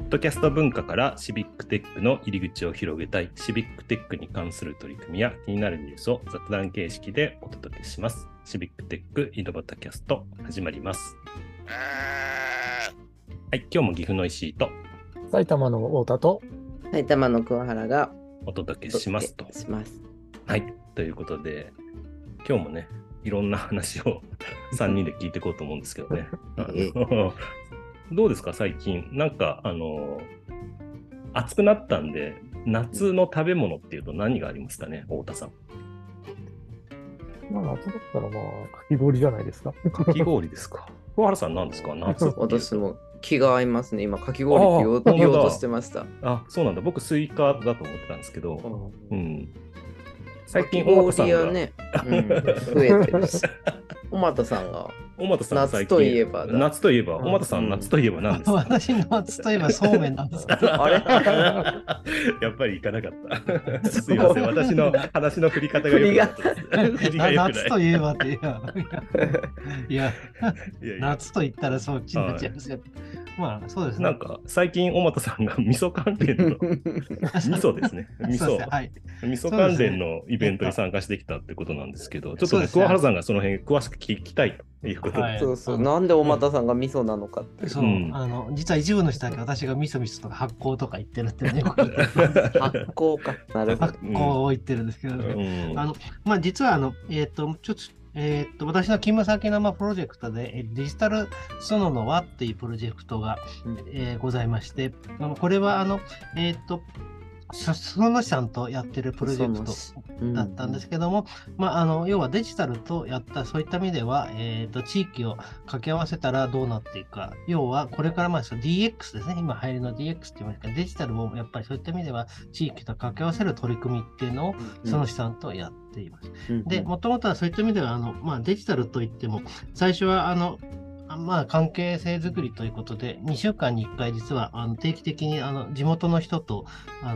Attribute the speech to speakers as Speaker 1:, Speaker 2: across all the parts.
Speaker 1: ッドキャスト文化からシビックテックの入り口を広げたい、シビックテックに関する取り組みや気になるニュースを雑談形式でお届けします。シビックテック井戸端キャスト始まります。はい、今日も岐阜の石井と
Speaker 2: 埼玉の太田と
Speaker 3: 埼玉の桑原が
Speaker 1: お届けしますと。はい、ということで今日もね、いろんな話を3人で聞いていこうと思うんですけどね。どうですか最近。なんか暑くなったんで夏の食べ物っていうと何がありますかね、太田さん。
Speaker 2: まあ夏だったらかき氷じゃないですか。
Speaker 1: かき氷ですか。桑原さん何ですか夏。
Speaker 3: 私も気が合いますね。今かき氷って言おうとしてました。
Speaker 1: あ、そうなんだ。僕スイカだと思ってたんですけど、最近
Speaker 3: 大俣さんがね、増えてるし。大俣さんが夏といえば
Speaker 1: 大俣さん夏といえば何ですか。
Speaker 4: 私夏といえばそうめんなんですけど
Speaker 1: あれやっぱり行かなかった。すいません、私の話の振り方が良くなったです。
Speaker 4: 夏といえばっていや夏と言ったらそっちになっちゃいますけど、まあそうですね。
Speaker 1: なんか最近大俣さんが味噌関連の味噌ですね。味噌関連のイベントに参加してきたってことなんですけど、ちょっとね、桑原さんがその辺詳しく聞きたいということで。
Speaker 3: そうそう。なんで大俣さんが味噌なのかって。
Speaker 4: そう、実は一部の人だけ私が味噌とか発酵とか言ってるってね。発
Speaker 3: 酵か。なるほど。
Speaker 4: 発酵を言ってるんですけどね。まあ実はちょっと私の勤務先のプロジェクトでデジタルそのの輪っていうプロジェクトが、ございまして、これはそのさんとやってるプロジェクトだったんですけども、要はデジタルとやったそういった意味では、地域を掛け合わせたらどうなっていくか、要はこれからDX ですね、今流行りの DX って言いますか、デジタルをやっぱりそういった意味では地域と掛け合わせる取り組みっていうのをそのさんとやっています。で、もともとはそういった意味ではデジタルといっても最初は関係性づくりということで、2週間に1回実は定期的に地元の人と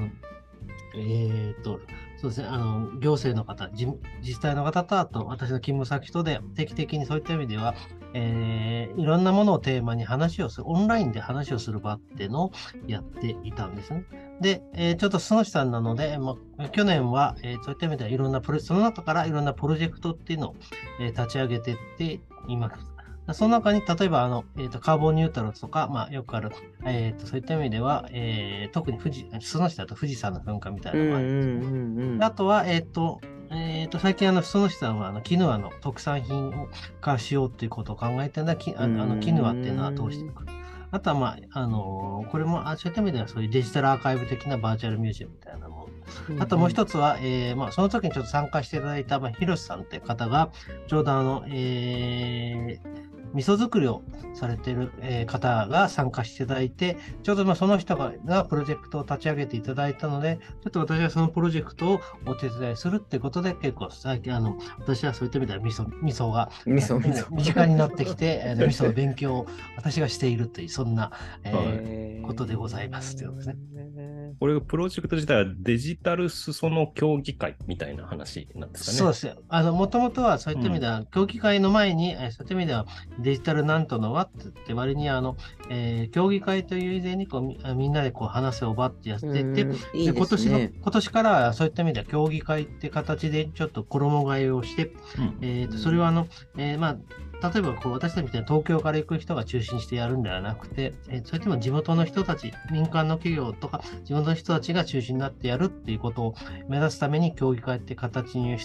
Speaker 4: そうですね、行政の方、自治体の方と、あと私の勤務先とで定期的にそういった意味では、いろんなものをテーマに話をする、オンラインで話をする場っていうのをやっていたんですね。で、ちょっと須さんなので、去年は、そういった意味ではいろんなその中からいろんなプロジェクトっていうのを、立ち上げていっています。その中に例えばカーボンニュートラルとか、よくある、そういった意味では、特にその下だと富士山の噴火みたいなのがあるんです。あとは、最近その下はキヌアの特産品を化しようということを考えてるのはキヌアっていうのは通していく。あとはこれもそういった意味ではそういうデジタルアーカイブ的なバーチャルミュージアムみたいなもの。あともう一つは、その時にちょっと参加していただいたひろしさんって方がちょうど味噌作りをされている方が参加していただいて、ちょうどその人がプロジェクトを立ち上げていただいたので、ちょっと私はそのプロジェクトをお手伝いするってことで、結構最近私はそういった意味では味噌が身近になってきて、味噌の勉強を私がしているという、そんな、ことでございますということですね。
Speaker 1: これプロジェクト自体はデジタル裾野協議会みたいな話なんですかね。
Speaker 4: そうですよ。もともとはそういった意味では、協議会の前に、そういった意味ではデジタルなんとの輪って割に協議会という以前にみんなで話をばってやっていて、今年からはそういった意味では協議会って形でちょっと衣替えをして、それは例えば私たちみたいに東京から行く人が中心してやるんではなくて、それでも地元の人たち、民間の企業とか地元の人たちが中心になってやるっていうことを目指すために協議会って形にして、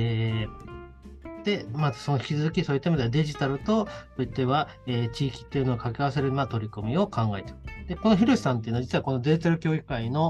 Speaker 4: で、その引き続きそういった意味ではデジタルとそういったは、地域っていうのを掛け合わせる取り組みを考えている。で、このひろしさんっていうのは実はこのデジタル協議会の、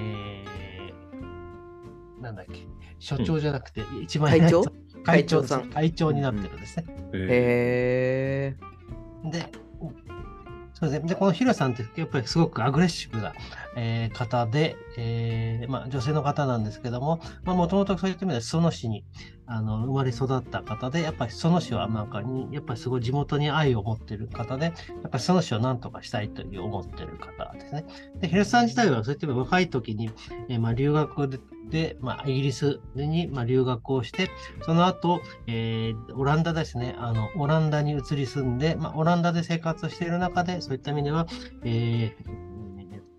Speaker 4: 所長じゃなくて一番会長さん。会長になってるんですね。
Speaker 3: へ
Speaker 4: ー。で、このヒロさんってやっぱりすごくアグレッシブな、方で、女性の方なんですけども、もともとそういった意味で裾野市に生まれ育った方で、やっぱり裾野市はやっぱりすごい地元に愛を持っている方で、やっぱり裾野市を何とかしたいという思っている方ですね。で、ヒロさん自体はそういった若い時に、留学で、イギリスに、留学をして、その後、オランダですね、オランダに移り住んで、オランダで生活している中で、そういった意味では、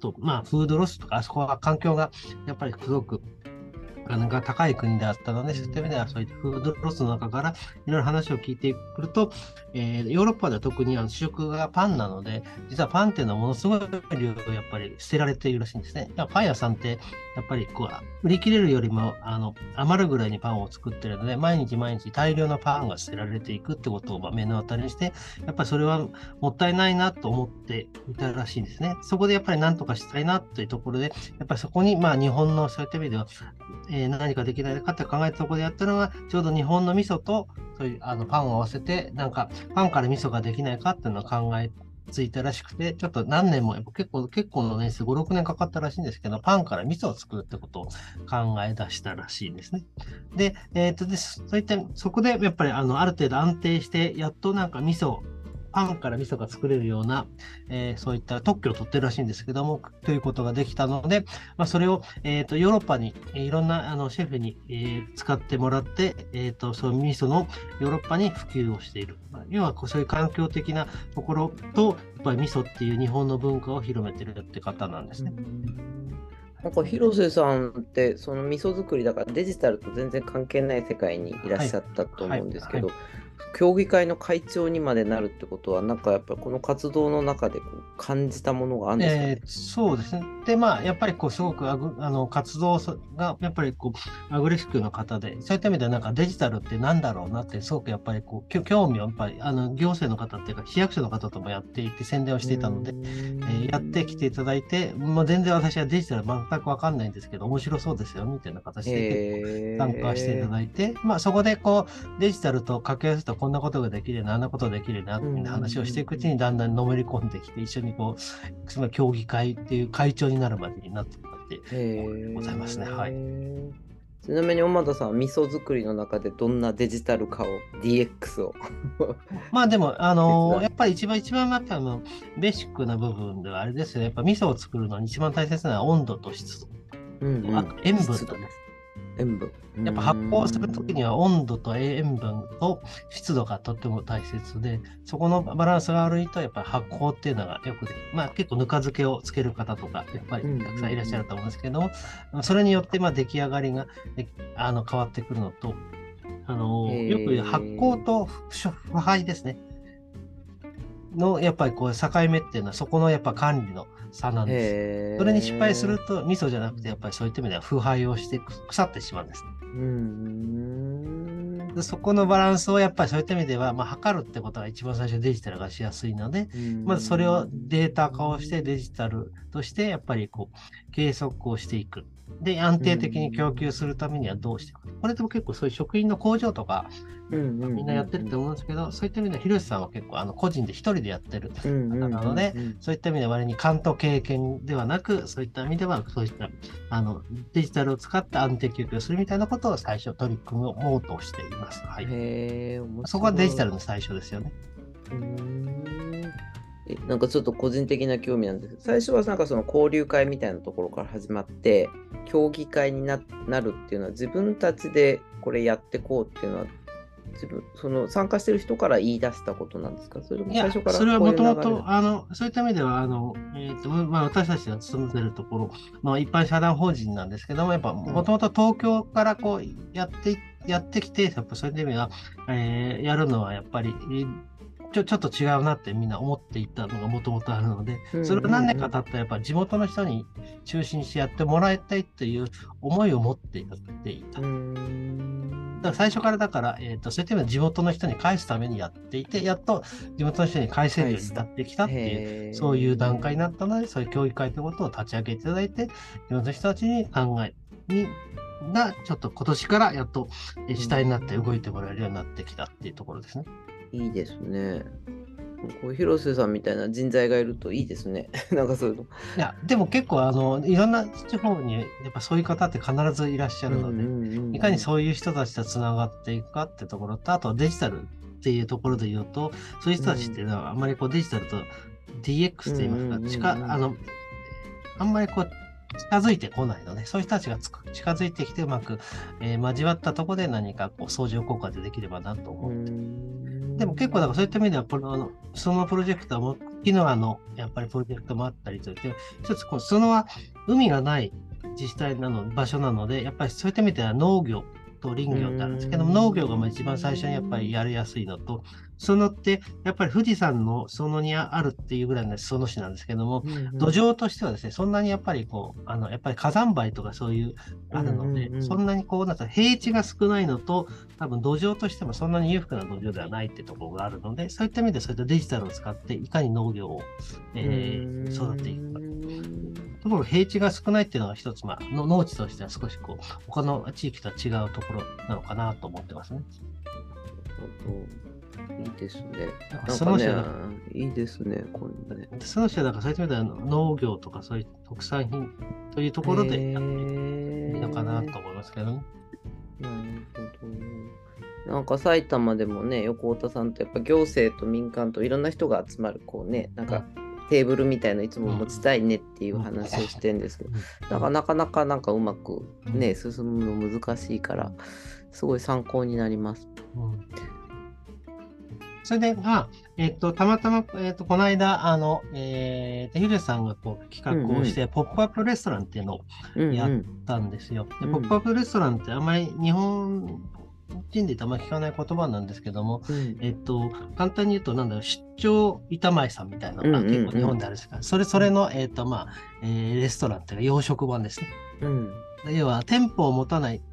Speaker 4: と、まあ、フードロスとか、あそこは環境がやっぱりすごくが高い国であったので、そういった意味ではそういったフードロスの中からいろいろ話を聞いてくると、ヨーロッパでは特に主食がパンなので、実はパンっていうのはものすごい量やっぱり捨てられているらしいんですね。パン屋さんってやっぱりこう売り切れるよりも余るぐらいにパンを作ってるので、毎日毎日大量のパンが捨てられていくってことを目の当たりにして、やっぱりそれはもったいないなと思っていたらしいんですね。そこでやっぱり何とかしたいなというところで、やっぱりそこに日本のそういった意味では何かできないかって考えたところでやったのが、ちょうど日本の味噌とそういうパンを合わせて、なんかパンから味噌ができないかっていうのを考えついたらしくて、ちょっと何年も、結構の年数、5、6年かかったらしいんですけど、パンから味噌を作るってことを考え出したらしいんですね。で、そういった、そこでやっぱりある程度安定して、やっとなんかパンから味噌が作れるような、そういった特許を取ってるらしいんですけども、ということができたので、それを、ヨーロッパに、いろんなシェフに、使ってもらって、そういう味噌のヨーロッパに普及をしている。要はそういう環境的なところと、やっぱり味噌っていう日本の文化を広めてるって方なんですね。
Speaker 3: なんか広瀬さんってその味噌作りだからデジタルと全然関係ない世界にいらっしゃったと思うんですけど、協議会の会長にまでなるってことは、なんかやっぱりこの活動の中でこう感じたものがあるんですかね。
Speaker 4: そうですね。で、やっぱりすごく活動がやっぱりアグレッシブな方で、そういった意味ではなんかデジタルってなんだろうなって、すごくやっぱり興味をやっぱり行政の方っていうか、市役所の方ともやっていて、宣伝をしていたので、やってきていただいて、全然私はデジタル全くわかんないんですけど、面白そうですよみたいな形で参加していただいて、そこでデジタルと掛け合わせとこんなことができるな、あんなことができるなって話をしていくうちにだんだんのめり込んできて、一緒にその協議会っていう会長になるまでになってもらってございますね。はい。
Speaker 3: ちなみに小俣さんは味噌作りの中でどんなデジタル化を DX を
Speaker 4: でもやっぱり一番やっぱベーシックな部分ではあれですよね。やっぱ味噌を作るのに一番大切なのは温度と湿度、あと塩分とね。
Speaker 3: 塩分。
Speaker 4: やっぱ発酵するときには温度と塩分と湿度がとっても大切で、そこのバランスが悪いとやっぱり発酵っていうのがよくでき結構ぬか漬けをつける方とかやっぱりたくさんいらっしゃると思うんですけども、それによって出来上がりが変わってくるのと、よく言う発酵と腐敗ですねのやっぱり境目っていうのはそこのやっぱ管理の差なんです。それに失敗すると味噌じゃなくてやっぱりそういった意味では腐敗をして腐ってしまうんです。でそこのバランスをやっぱりそういった意味では測るってことが一番最初デジタルがしやすいので、まずそれをデータ化をしてデジタルとしてやっぱり計測をしていく。で、安定的に供給するためにはどうしていくか。これでも結構そういう食品の工場とか、みんなやってると思うんですけど、そういった意味では、広瀬さんは結構個人で一人でやってる方なので、そういった意味では割に勘と経験ではなく、そういった意味では、そういったデジタルを使って安定供給するみたいなことを最初取り組もうとしています。はい。そこはデジタルの最初ですよね。
Speaker 3: なんかちょっと個人的な興味なんですけど、最初はなんかその交流会みたいなところから始まって協議会になるっていうのは、自分たちでこれやってこうっていうのはその参加してる人から言い出したことなんですか？それとも最初から
Speaker 4: それはもともとそういった意味では私たちが勤めてるところ、一般社団法人なんですけども、やっぱもともと東京からやってきて、やっぱそういった意味では、やるのはやっぱりちょっと違うなってみんな思っていたのがもともとあるので、それを何年か経ったらやっぱ地元の人に中心してやってもらいたいっていう思いを持ってやっていた。だから最初からそういった意味で地元の人に返すためにやっていて、やっと地元の人に返せるようになってきたっていう、そういう段階になったので、そういう協議会ということを立ち上げていただいて、地元の人たちにがちょっと今年からやっと主体になって動いてもらえるようになってきたっていうところですね。
Speaker 3: いいですね。広瀬さんみたいな人材がいるといいですね。なんかそういうの。
Speaker 4: いや、でも結構いろんな地方にやっぱそういう方って必ずいらっしゃるので、いかにそういう人たちとつながっていくかってところと、あとデジタルっていうところで言うと、そういう人たちっていうのはあんまりデジタルと DX といいますか、あんまり近づいてこないので、そういう人たちが近づいてきてうまく、交わったところで何か相乗効果でできればなと思って。でも結構そういった意味ではそのプロジェクトはキヌアのやっぱりプロジェクトもあったりといって、一つそのは海がない自治体場所なので、やっぱりそういった意味では農業と林業ってあるんですけども、農業が一番最初にやっぱりやりやすいのと、裾野ってやっぱり富士山の裾野にあるっていうぐらいの裾野市なんですけども、土壌としてはですね、そんなにやっぱりやっぱり火山灰とかそういうあるので、そんなになんか平地が少ないのと、多分土壌としてもそんなに裕福な土壌ではないってところがあるので、そういった意味でそういったデジタルを使っていかに農業を、育てていくか。ところ平地が少ないっていうのが一つ、農地としては少し他の地域とは違うところなのかなと思ってますね。
Speaker 3: いいですね。
Speaker 4: その人
Speaker 3: いいですね、これね。
Speaker 4: その人はそういった意味では農業とかそういう特産品というところでやっていいのかなと思いますけどね。
Speaker 3: なるほど。なんか埼玉でもね、横田さんとやっぱ行政と民間といろんな人が集まるなんかテーブルみたいのいつも持ちたいねっていう話をしてるんですけど、だからなかなかなんかうまくね、進むの難しいから、すごい参考になります。
Speaker 4: それで、たまたま、この間、ヒデさんが企画をして、ポップアップレストランっていうのをやったんですよ。ポップアップレストランってあまり日本人であんまり聞かない言葉なんですけども、簡単に言うと、出張板前さんみたいなのが結構日本であるんですから、それの、レストランっていうのは洋食版ですね。要は、店舗を持たない、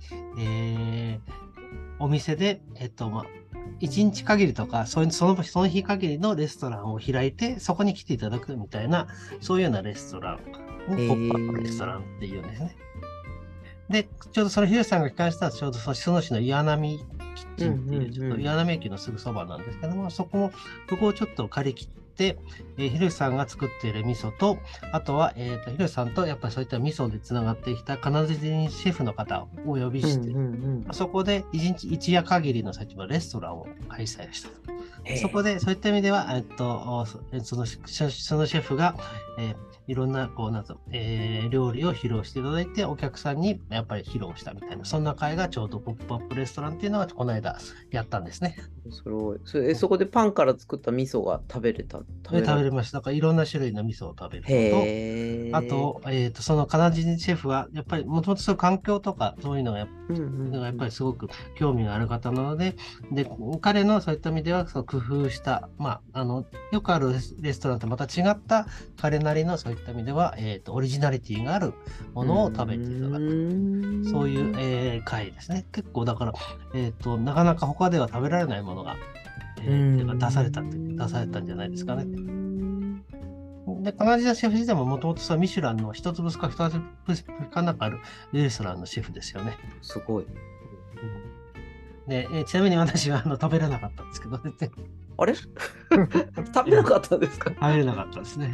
Speaker 4: お店で、1日限りとか、その日限りのレストランを開いて、そこに来ていただくみたいな、そういうようなレストランをポップアップレストランっていうんですね。で、ちょうどそのヒデさんが聞かれたのは、ちょうど裾野市の岩波キッチンっていう、ちょっと岩波駅のすぐそばなんですけども、そこをちょっと借り切って、ヒデさんが作っている味噌と、あとは、ヒデさんとやっぱりそういった味噌でつながってきたカナダ人シェフの方をお呼びして、そこで一夜限りのレストランを開催した。そこで、そういった意味では、そのシェフが、いろんな料理を披露していただいて、お客さんにやっぱり披露したみたいな、そんな会がちょうどポップアップレストランっていうのがこの間やったんですね。
Speaker 3: そこでパンから作った味噌が食べれ
Speaker 4: ました。だからいろんな種類の味噌を食べるのと、あと、そのカナダ人シェフは、やっぱりもともとそういう環境とかそういうのがやっぱりすごく興味がある方なので、彼のそういった意味では工夫した、よくあるレストランとまた違った彼なりのそういった意味では、オリジナリティがあるものを食べていただく。そういう、会ですね。結構だから、なかなか他では食べられないものが、出されたんじゃないですかね。で、カナダシェフ自体ももともとミシュランの一つ星か二つ星かなんかあるレストランのシェフですよね。
Speaker 3: すごい。
Speaker 4: で、ちなみに私は食べれなかったんですけど、ね、
Speaker 3: あれ食べなかったんですか？
Speaker 4: 食べれなかったですね。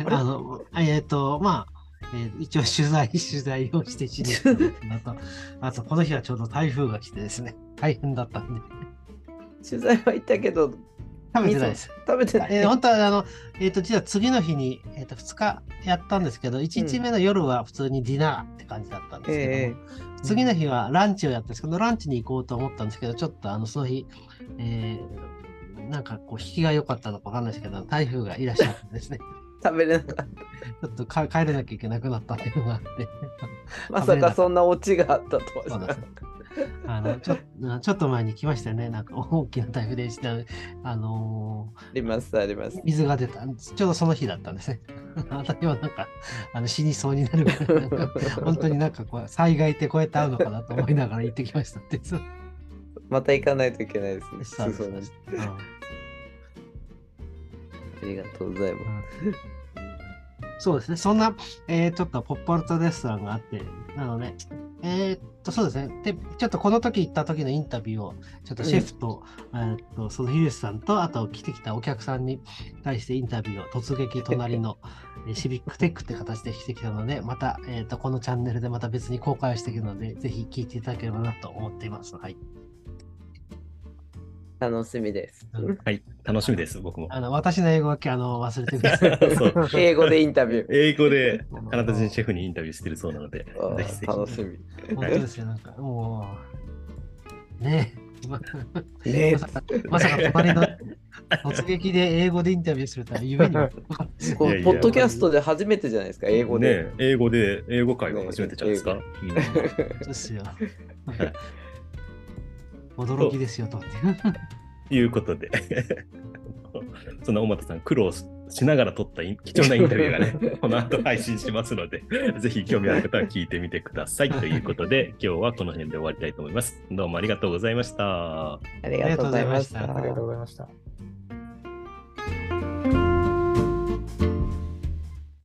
Speaker 4: 一応取材をして知りあと、この日はちょうど台風が来てですね、大変だったんで。
Speaker 3: 取材は行ったけど、
Speaker 4: 食べてないです。
Speaker 3: 食べてない。
Speaker 4: 本当は実は次の日に、2日やったんですけど、1日目の夜は普通にディナーって感じだったんですけども、次の日はランチをやったんですけど、ランチに行こうと思ったんですけど、ちょっとその日、なんか引きが良かったのか分かんないですけど、台風がいらっしゃってですね。
Speaker 3: 食べれなかった。ち
Speaker 4: ょっと帰れなきゃいけなくなったっていうのがあって。
Speaker 3: まさかそんなオチがあったとは。
Speaker 4: ちょっと前に来ましたよね。なんか大きな台風でした。
Speaker 3: あります。
Speaker 4: 水が出た。ちょうどその日だったんですね。私はなんか死にそうになるから本当になんか災害ってこうやって会うのかなと思いながら行ってきましたって。
Speaker 3: また行かないといけないですね。
Speaker 4: そうです。
Speaker 3: ありがとうございます。
Speaker 4: そうですね。そんな、ちょっとポップアルトレストランがあって、なので、そうですね。で、ちょっとこの時行った時のインタビューを、ちょっとシェフと、そのヒデさんと、あと来てきたお客さんに対してインタビューを突撃隣のシビックテックって形でしてきたので、また、このチャンネルでまた別に公開をしていくので、ぜひ聞いていただければなと思っています。はい。
Speaker 3: 楽しみです。
Speaker 1: はい、楽しみです、僕も。
Speaker 4: 私の英語は忘れてください。
Speaker 3: 英語でインタビュー。
Speaker 1: 英語でカナダ人シェフにインタビューしてるそうなので、ぜひぜひ。
Speaker 3: 楽しみ。
Speaker 4: 本当ですよ、なんかもう、ね、
Speaker 3: ね
Speaker 4: まさか隣の突撃で英語でインタビューするとは夢にも。
Speaker 3: ポッドキャストで初めてじゃないですか、英語で。
Speaker 1: ね、英語会話初めてじゃないですか。
Speaker 4: そうですよ。驚きですよ、と。
Speaker 1: いうことで、そんな尾又さん、苦労しながら撮った貴重なインタビューがね、この後配信しますので、ぜひ興味ある方は聞いてみてください。ということで、今日はこの辺で終わりたいと思います。どうもありがとうございました。
Speaker 3: ありがとうございました。
Speaker 2: ありがとうございました。